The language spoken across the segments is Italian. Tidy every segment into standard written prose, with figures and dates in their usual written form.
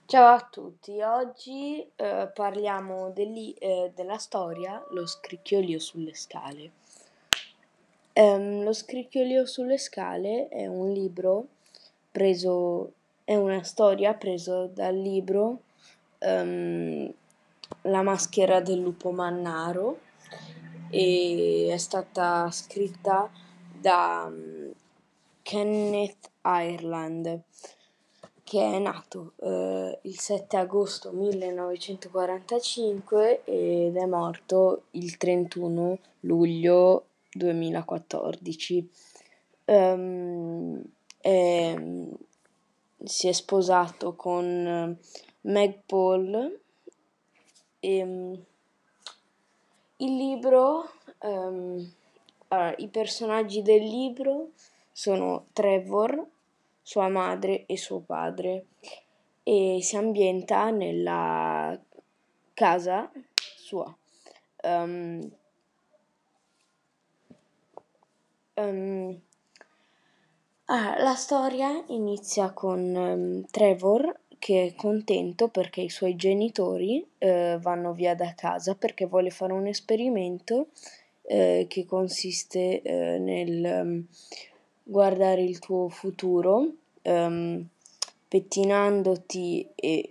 Ciao a tutti, oggi parliamo della storia Lo scricchiolio sulle scale. Lo scricchiolio sulle scale è un libro è una storia presa dal libro La maschera del lupo mannaro e è stata scritta da Kenneth Ireland, che è nato il 7 agosto 1945 ed è morto il 31 luglio 2014. Si è sposato con Meg Paul e il libro, i personaggi del libro sono Trevor, sua madre e suo padre, e si ambienta nella casa sua. La storia inizia con Trevor che è contento perché i suoi genitori vanno via da casa perché vuole fare un esperimento che consiste nel guardare il tuo futuro pettinandoti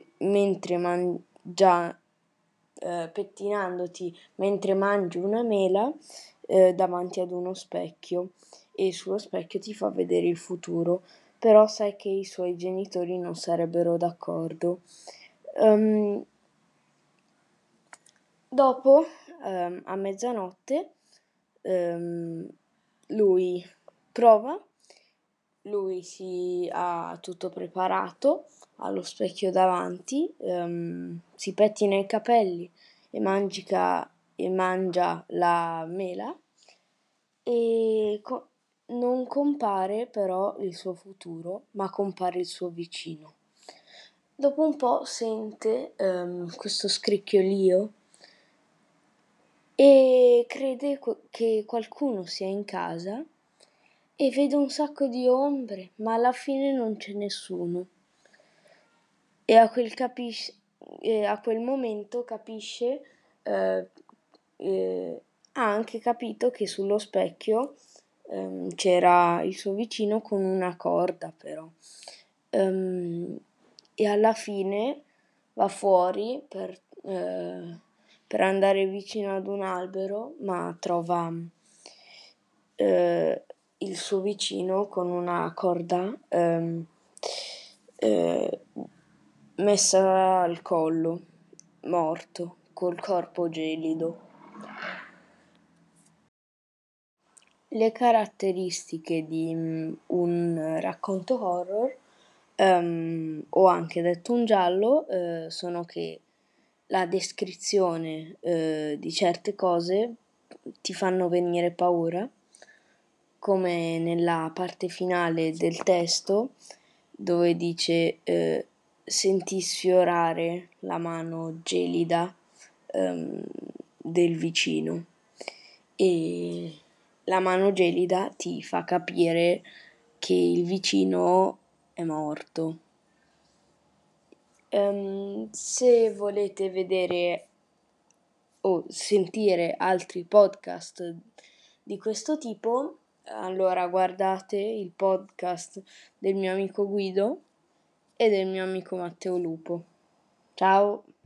mentre mangi una mela davanti ad uno specchio e sullo specchio ti fa vedere il futuro, però sai che i suoi genitori non sarebbero d'accordo. Dopo, a mezzanotte, lui prova, lui si ha tutto preparato, ha lo specchio davanti, si pettina i capelli e mangia la mela e non compare però il suo futuro, ma compare il suo vicino. Dopo un po' sente questo scricchiolio e crede che qualcuno sia in casa e vede un sacco di ombre, ma alla fine non c'è nessuno. E a quel momento capisce, ha anche capito che sullo specchio c'era il suo vicino con una corda però. E alla fine va fuori per andare vicino ad un albero, ma trova il suo vicino con una corda messa al collo, morto, col corpo gelido. Le caratteristiche di un racconto horror, o anche detto un giallo, sono che la descrizione di certe cose ti fanno venire paura, come nella parte finale del testo dove dice sentì sfiorare la mano gelida del vicino e la mano gelida ti fa capire che il vicino è morto. Se volete vedere o sentire altri podcast di questo tipo, allora guardate il podcast del mio amico Guido e del mio amico Matteo Lupo. Ciao!